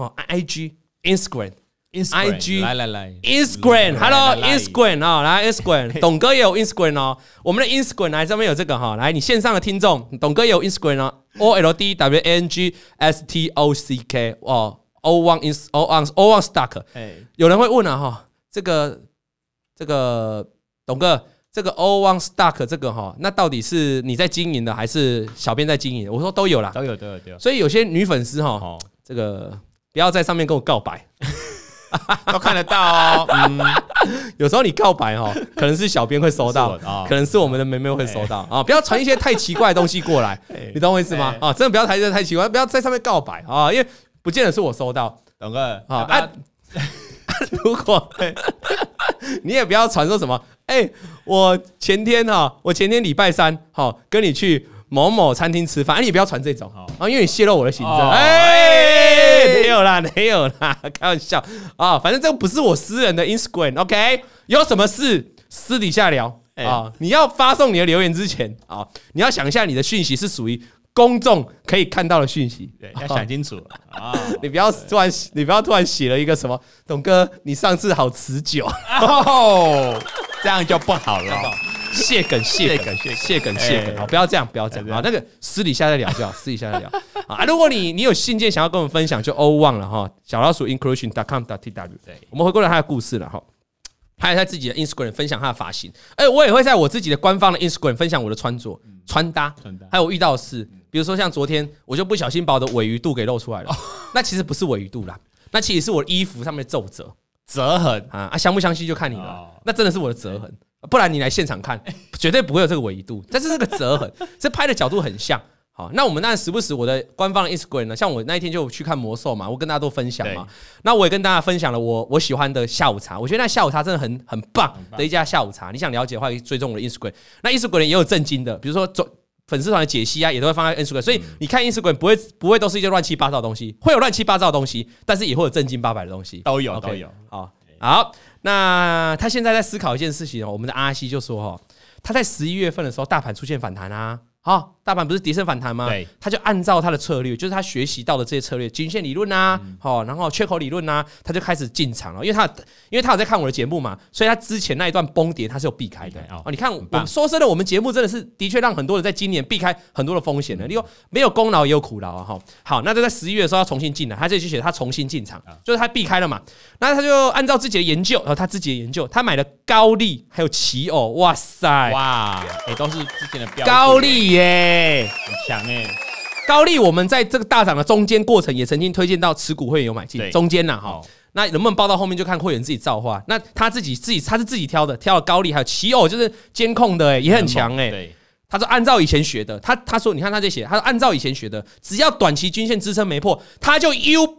Instagram。IG 来 Instagram，Hello Instagram 来 Instagram， 董哥也有 Instagram 我们的 Instagram 来这边有这个来你线上的听众，董哥也有 Instagram OLDWANGSTOCK O1 Stock。有人会问这个董哥这个 O1 Stock 这个哈，那到底是你在经营的，还是小编在经营的？我说都有啦， 都有。 所以有些女粉丝哈，这个不要在上面跟我告白， 都看得到哦。 有时候你告白哈，可能是小编会收到，可能是我们的妹妹会收到啊。不要传一些太奇怪的东西过来，你懂我意思吗？啊，真的不要传一些太奇怪，不要在上面告白啊，因为不见得是我收到。 董哥啊，如果你也不要传说什么，我前天礼拜3跟你去某某餐厅吃饭，你不要传这种啊，因为你泄露我的行踪。没有啦，开玩笑啊，反正这个不是我私人的 Instagram，OK？ 有什么事私底下聊啊？你要发送你的留言之前啊，你要想一下你的讯息是属于公众可以看到的讯息， 对，要想清楚啊！ 你不要突然写了一个什么，董哥，你上次好持久， 这样就不好了。 谢梗，好，不要这样啊！那个私底下再聊就好，啊！如果你有信件想要跟我们分享，就忘了哈，小老鼠 inclusion.com.tw， 我们回过来他的故事了哈。他也在自己的 Instagram 分享他的发型，我也会在我自己的官方的 Instagram 分享我的穿着、穿搭，还有我遇到的事。比如说像昨天，我就不小心把我的尾鱼肚给露出来了，那其实不是尾鱼肚啦，那其实是我的衣服上面的皱折痕啊，相不相信就看你了。那真的是我的折痕，不然你来现场看，绝对不会有这个尾鱼肚，但是这个折痕，这拍的角度很像。好，那我们当然时不时我的官方的 Instagram 呢，像我那一天就去看魔兽嘛，我跟大家都分享嘛。那我也跟大家分享了我喜欢的下午茶，我觉得那下午茶真的很棒的一家下午茶。你想了解的话，可以追踪我的 Instagram。那 Instagram 也有正经的，比如说粉丝团的解析啊，也都会放在 Instagram。所以你看 Instagram 不会都是一些乱七八糟的东西，会有乱七八糟的东西，但是也会有正经八百的东西， 都有。 好，那他现在在思考一件事情哦，我们的阿西就说他在11月份的时候，大盘出现反弹啊。大盘不是跌升反弹吗？对，他就按照他的策略，就是他学习到的这些策略，均线理论啊，然后缺口理论啊，他就开始进场了。因为他有在看我的节目嘛，所以他之前那一段崩跌他是有避开的。你看，说真的，我们节目真的是的确让很多人在今年避开很多的风险的。你说没有功劳也有苦劳啊，好，那就在11月的时候要重新进来，他这就写他重新进场，就是他避开了嘛。那他就按照自己的研究，他买了高利还有奇偶，哇塞， 都是之前的标高利。很强高利我们在这个大涨的中间过程也曾经推荐到持股会员有买进，中间那能不能报到后面就看会员自己造化。那他是自己挑了高利还有奇偶，就是监控的也很强他说按照以前学的，他说你看他这写，他说按照以前学的，只要短期均线支撑没破，他就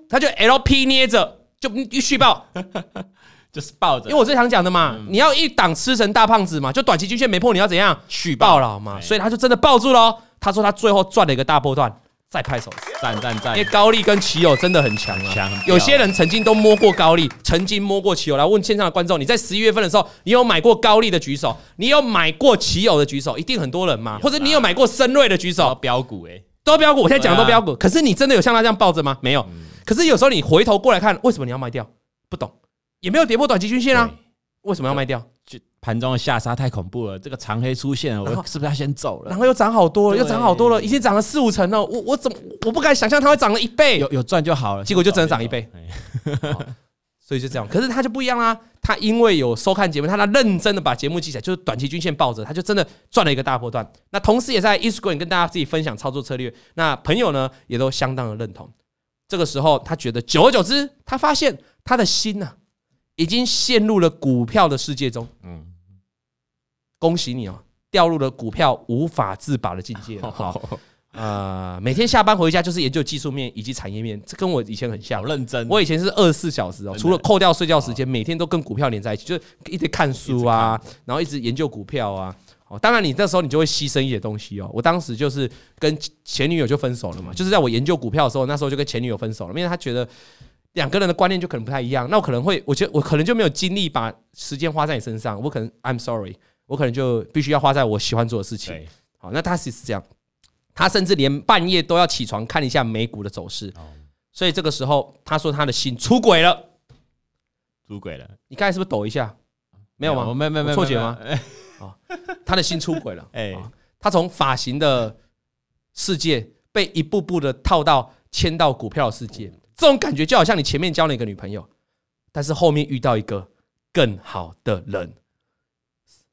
LP 捏着就续报。 就是抱着， 因为我最常讲的嘛，你要一档吃成大胖子嘛，就短期均线没破，你要怎样续报了嘛？所以他就真的抱住了。他说他最后赚了一个大波段，再拍手， 赞！ 因为高利跟奇友真的很强啊。有些人曾经都摸过高利，曾经摸过奇友。来问线上的观众，你在11月份的时候，你有买过高利的举手？你有买过奇友的举手？一定很多人嘛。或者你有买过深瑞的举手？ 标股都标股。我现在讲的都标股，可是你真的有像他这样抱着吗？没有。可是有时候你回头过来看，为什么你要卖掉？不懂。也没有跌破短期均线啊，为什么要卖掉？ 盘中的下杀太恐怖了，这个长黑出现了，我是不是要先走了？ 然后又涨好多了，已经涨了4-5成了，我不敢想象它会涨了1倍， 有赚就好了， 结果就真的涨1倍，所以就这样。可是他就不一样啦，他因为有收看节目，他认真的把节目记起来，就是短期均线抱着，他就真的赚了一个大波段。那同时也在 Instagram 跟大家自己分享操作策略，那朋友呢也都相当的认同。这个时候他觉得久而久之，他发现他的心已经陷入了股票的世界中，恭喜你掉入了股票无法自拔的境界了。每天下班回家就是研究技术面以及产业面，这跟我以前很像， 好认真。 我以前是24小时除了扣掉睡觉时间，每天都跟股票连在一起，就是一直看书啊，然后一直研究股票啊。当然，你那时候你就会牺牲一些东西我当时就是跟前女友就分手了嘛，就是在我研究股票的时候，那时候就跟前女友分手了，因为他觉得两个人的观念就可能不太一样，那我觉得我可能就没有精力把时间花在你身上，我可能 I'm sorry， 我可能就必须要花在我喜欢做的事情。好，那他是这样，他甚至连半夜都要起床看一下美股的走势。所以这个时候，他说他的心出轨了。你刚才是不是抖一下？没有吗？ 没有， 错觉吗？他的心出轨了。他从发型的世界被一步步的牵到股票的世界。这种感觉就好像你前面交了一个女朋友，但是后面遇到一个更好的人，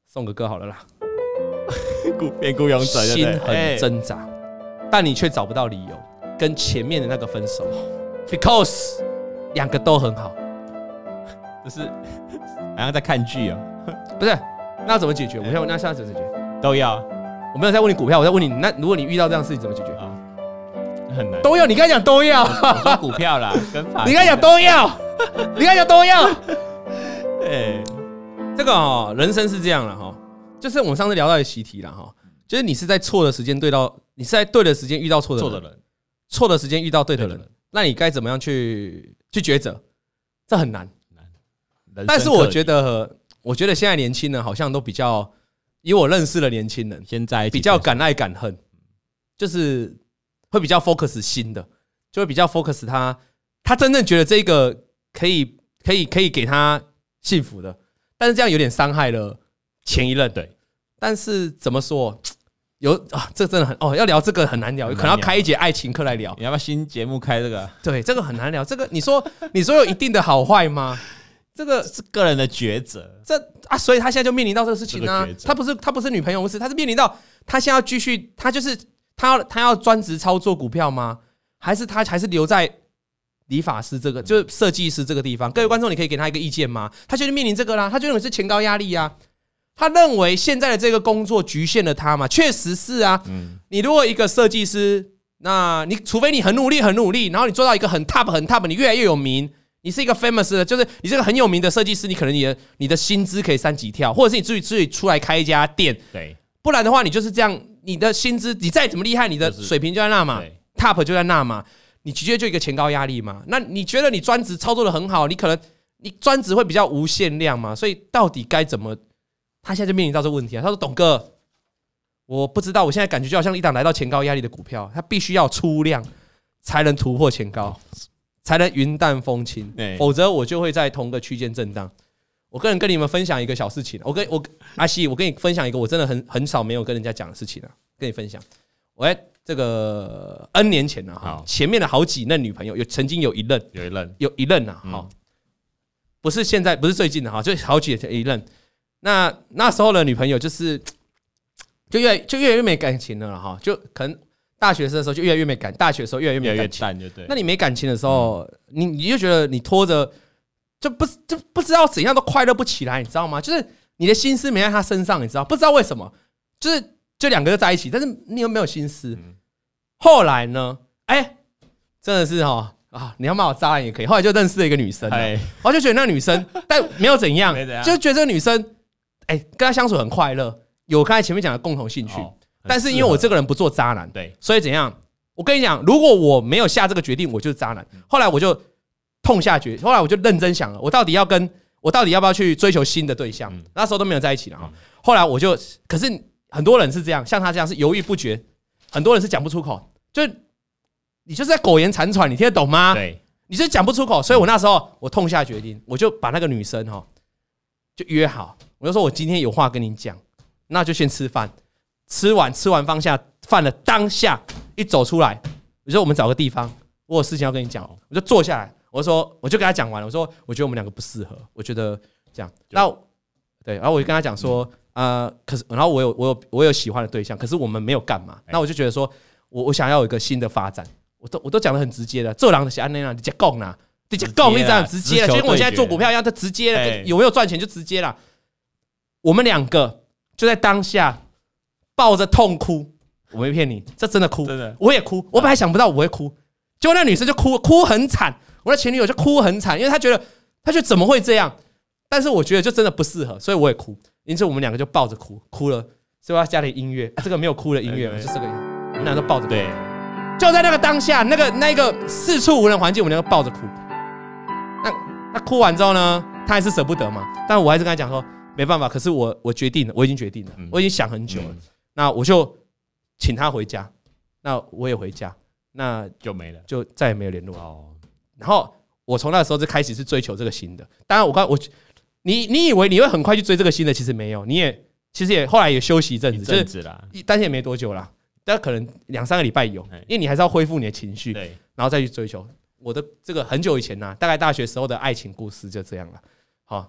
送个歌好了啦。 变孤勇者， 心很挣扎，但你却找不到理由跟前面的那个分手 ，because 两个都很好， 就是好像在看剧哦。 不是，那要怎么解决？我想那现在怎么解决？ 都要。 我没有在问你股票，我在问你，那如果你遇到这样的事情怎么解决？ 很难。 都要，你刚才讲都要。 我说股票啦，跟法。 你刚才讲都要，你刚才讲都要。这个人生是这样了哈。就是我们上次聊到的习题了哈，就是你是在错的时间你是在对的时间遇到错的人，错的时间遇到对的人，那你该怎么样去抉择？这很难。但是我觉得现在年轻人好像都比较，以我认识的年轻人， 现在比较敢爱敢恨，就是会比较 focus 新的，就会比较 focus 他真正觉得这个可以给他幸福的，但是这样有点伤害了前一任。 对， 但是怎么说？这真的很要聊这个很难聊，可能要开一节爱情课来聊。 你要不要新节目开这个？ 对，这个很难聊。这个你说有一定的好坏吗？这个是个人的抉择。 所以他现在就面临到这个事情啊。他不是女朋友，不是，他是面临到他现在要继续，他就是他要专职操作股票吗？还是他还是留在理发师这个，就是设计师这个地方？各位观众，你可以给他一个意见吗？他就是面临这个啦，他就认为是前高压力啊。他认为现在的这个工作局限了他嘛？确实是啊。你如果一个设计师，那你除非你很努力，然后你做到一个很 top， 你越来越有名，你是一个 famous 的，就是你这个很有名的设计师，你可能你的薪资可以3级跳，或者是你自己出来开一家店。 对， 不然的话，你就是这样，你的薪资你再怎么厉害，你的水平就在那嘛 ，top 就在那嘛，你直接就一个前高压力嘛。那你觉得你专职操作的很好，你可能你专职会比较无限量嘛？所以到底该怎么？他现在就面临到这个问题啊。他说：“董哥，我不知道，我现在感觉就好像一档来到前高压力的股票，它必须要出量才能突破前高，才能云淡风轻，否则我就会在同个区间震荡。”我个人跟你们分享一个小事情，阿西，我跟你分享一个我真的很少没有跟人家讲的事情啊，跟你分享。我在这个 N 年前啊，前面的好几任女朋友曾经有一任啊，好，不是现在，不是最近的哈，就好几一任。那时候的女朋友就越来越没感情了哈，就可能大学生的时候就越来越没感，大学的时候越来越没感情，就对。那你没感情的时候，你就觉得你拖着就不知道怎样都快乐不起来，你知道吗？就是你的心思没在他身上，你知道不知道为什么？就两个人在一起，但是你又没有心思。后来呢？真的是你要骂我渣男也可以。后来就认识了一个女生，我就觉得那女生，但没有怎样，就觉得这个女生。跟他相处很快乐，有刚才前面讲的共同兴趣，但是因为我这个人不做渣男，对，所以怎样？我跟你讲，如果我没有下这个决定，我就是渣男。后来我就痛下决，后来我就认真想了，我到底要不要去追求新的对象？那时候都没有在一起了哈。后来可是很多人是这样，像他这样是犹豫不决，很多人是讲不出口，就是你就是在苟延残喘，你听得懂吗？对，你是讲不出口，所以我那时候我痛下决定，我就把那个女生就约好。我就说我今天有话跟你讲，那就先吃饭，吃完放下饭的当下一走出来，我说我们找个地方，我有事情要跟你讲，我就坐下来，我就跟他讲完了，我说我觉得我们两个不适合，我觉得这样，然后我就跟他讲说，可是然后我有喜欢的对象，可是我们没有干嘛，那我就觉得说我想要有一个新的发展，我都讲得很直接的，这人就是安那样，你讲讲啦，你讲讲你这样直接了，就跟我现在做股票一样，他直接了，有没有赚钱就直接了。我们两个就在当下抱着痛哭，我没骗你，这真的哭，真的，我也哭。我本来想不到我会哭，结果那女生就哭很惨，我的前女友就哭很惨，因为她觉得怎么会这样？但是我觉得就真的不适合，所以我也哭。因此我们两个就抱着哭了，所以我要加点音乐，这个没有哭的音乐，就这个，我们两个抱着哭。对，就在那个当下，那个四处无人环境，我们两个抱着哭。那哭完之后呢，他还是舍不得嘛，但我还是跟他讲说。没办法，可是我决定了，我已经决定了，我已经想很久了。那我就请他回家，那我也回家，那就没了， 就再也没有联络。然后我从那个时候就开始是追求这个新的。当然，你以为你会很快去追这个新的，其实没有，其实也后来也休息一阵子啦，但是也没多久啦，但可能2-3个礼拜有，因为你还是要恢复你的情绪，然后再去追求。我的这个很久以前大概大学时候的爱情故事就这样了。好。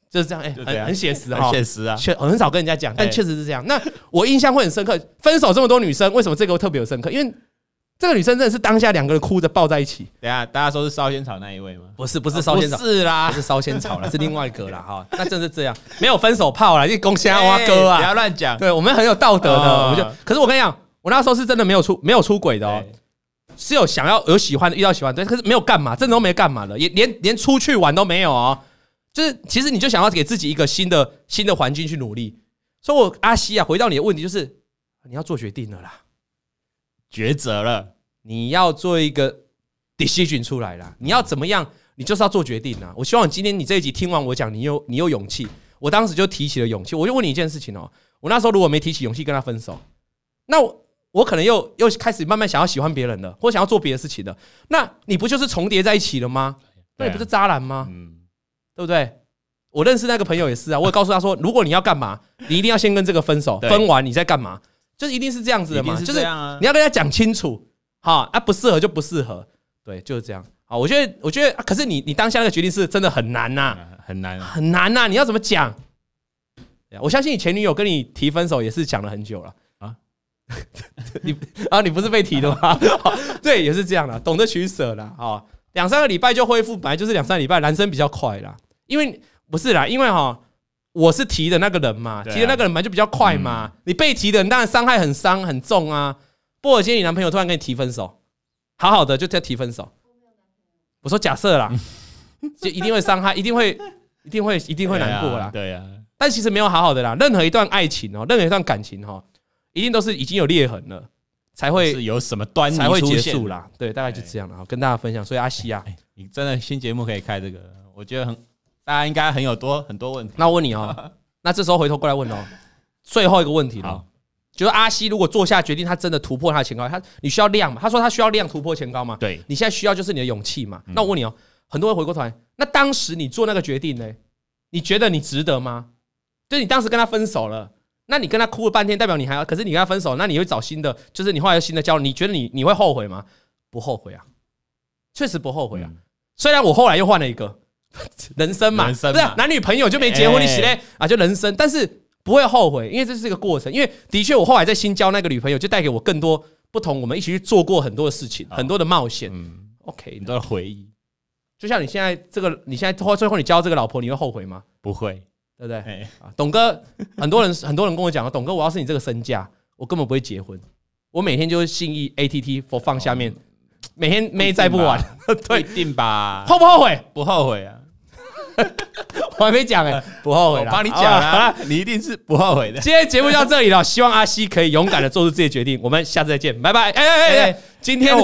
就是这样，很写实哈， 很写实啊， 很少跟人家讲，但确实是这样。那我印象会很深刻，分手这么多女生，为什么这个特别有深刻？因为这个女生真的是当下两个人哭着抱在一起。 等一下，大家说是烧仙草那一位吗？ 不是烧仙草， 不是啦， 不是烧仙草啦，是另外一个啦哈。那真是这样，没有分手炮啦，你公虾蛙哥啊， 不要乱讲。 对我们很有道德的，我们就。可是我跟你讲，我那时候是真的没有出轨的哦，是有想要有喜欢的，遇到喜欢的，可是没有干嘛，真的都没干嘛了，也连出去玩都没有哦。就是其实你就想要给自己一个新的环境去努力。所以我阿西啊，回到你的问题，就是你要做决定了啦。 抉择了， 你要做一个 decision 出来啦，你要怎么样，你就是要做决定啦。我希望今天你这一集听完我讲，你有勇气。我当时就提起了勇气，我就问你一件事情哦，我那时候如果没提起勇气跟他分手，那我可能又开始慢慢想要喜欢别人了，或想要做别的事情了，那你不就是重叠在一起了吗？那你不是渣男吗？对不对？我认识那个朋友也是啊，我也告诉他说，如果你要干嘛，你一定要先跟这个分手，分完你再干嘛。就是一定是这样子的嘛，就是你要跟他讲清楚，好啊，不适合就不适合，对，就是这样。好，我觉得，可是你当下那个决定是真的很难呐， 很难呐，你要怎么讲？我相信你前女友跟你提分手也是讲了很久了啊，你不是被提的吗？对，也是这样的，懂得取舍啦。啊，2-3个礼拜就恢复，本来就是2-3个礼拜，男生比较快啦，因为不是啦，因为我是提的那个人嘛，提的那个人本来就比较快嘛。你被提的人当然伤害很重啊。不过今天你男朋友突然跟你提分手，好好的就在提分手。我说假设啦，就一定会伤害，一定会难过啦。 对啊。 但其实没有好好的啦。任何一段爱情任何一段感情一定都是已经有裂痕了，才会是有什么端倪才会结束啦。对，大概就这样了，跟大家分享。所以阿西啊， 你真的新节目可以开这个，我觉得大家应该很多问题。 那我问你那这时候回头过来问最后一个问题了，就是阿西如果做下决定，他真的突破他的前高，你需要量嘛？他说他需要量突破前高嘛？ 对， 你现在需要就是你的勇气嘛？那我问你很多人回过头来，那当时你做那个决定呢？你觉得你值得吗？就是你当时跟他分手了，那你跟他哭了半天，代表你还要，可是你跟他分手，那你会找新的，就是你后来有新的交流，你觉得你会后悔吗？不后悔啊，确实不后悔啊。虽然我后来又换了一个。人生嘛，不是男女朋友就没结婚，你洗嘞就人生，但是不会后悔，因为这是一个过程。因为的确，我后来在新交那个女朋友，就带给我更多不同，我们一起去做过很多的事情，很多的冒险。OK， 很多的回忆。 就像你现在最后你交这个老婆，你会后悔吗？ 不会， 对不对？董哥，很多人跟我讲，董哥，我要是你这个身价，我根本不会结婚，我每天就是信义 ATT 放下面，每天妹摘不完， 对，一定吧？ 后不后悔？ 不后悔啊。 我还没讲不后悔啦， 我帮你讲啦，你一定是不后悔的。 今天节目到这里了，希望阿西可以勇敢的做出自己的决定。我们下次再见，拜拜。今天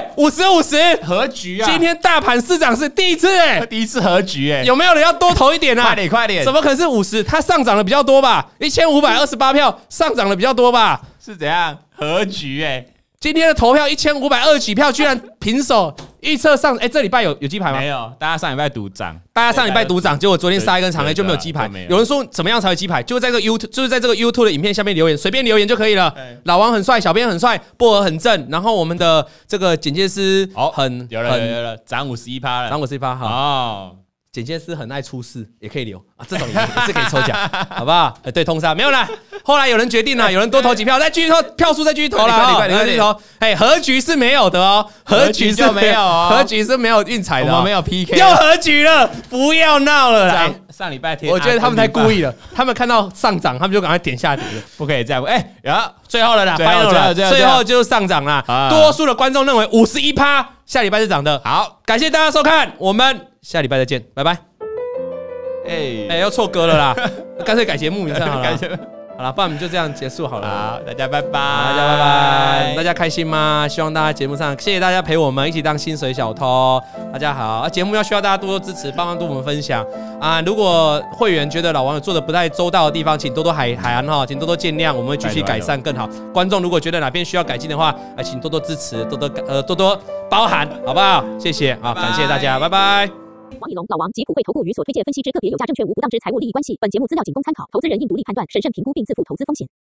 50-50 和局啊！ 今天大盘市涨是第一次第一次和局有没有人要多投一点啊？ 快点！ 怎么可能是50？它上涨的比较多吧？1528票上涨的比较多吧？ 是怎样和局今天的投票1520几票，居然平手。预测上，这礼拜有鸡排吗？ 没有，大家上礼拜赌涨， 结果昨天杀一根长黑就没有鸡排。有人说怎么样才有鸡排？就是在这个 YouTube 的影片下面留言，随便留言就可以了。老王很帅，小编很帅，薄荷很正，然后我们的这个剪接师有了，涨51%了， 涨51%好。剪接师很爱出事，也可以留这种也是可以抽奖，好不好？对，通杀没有啦。后来有人决定了，有人多投几票，再继续投票数，再继续投了，快点投。和局是没有的和局是没有和局是没有运彩的， 我们没有 PK， 又和局了，不要闹了啦。 上礼拜天， 我觉得他们太故意了，他们看到上涨，他们就赶快点下跌了， 不可以这样。然后最后了啦，最后就是上涨啦。多数的观众认为51%下礼拜是涨的。好，感谢大家收看，我们下礼拜再见，拜拜。要错歌了啦，干脆改节目名称好了。好了，不然我们就这样结束好了。 好，大家拜拜， 大家开心吗？希望大家节目上，谢谢大家陪我们一起当薪水小偷。大家好，节目要需要大家多多支持，帮忙多我们分享啊！如果会员觉得老王有做的不太周到的地方，请多多海涵哈，请多多见谅，我们会继续改善更好。观众如果觉得哪边需要改进的话，请多多支持，多多包涵，好不好？谢谢啊，感谢大家，拜拜。王以龙、老王及普惠投顾与所推荐分析之个别有价证券无不当之财务利益关系。本节目资料仅供参考，投资人应独立判断、审慎评估并自负投资风险。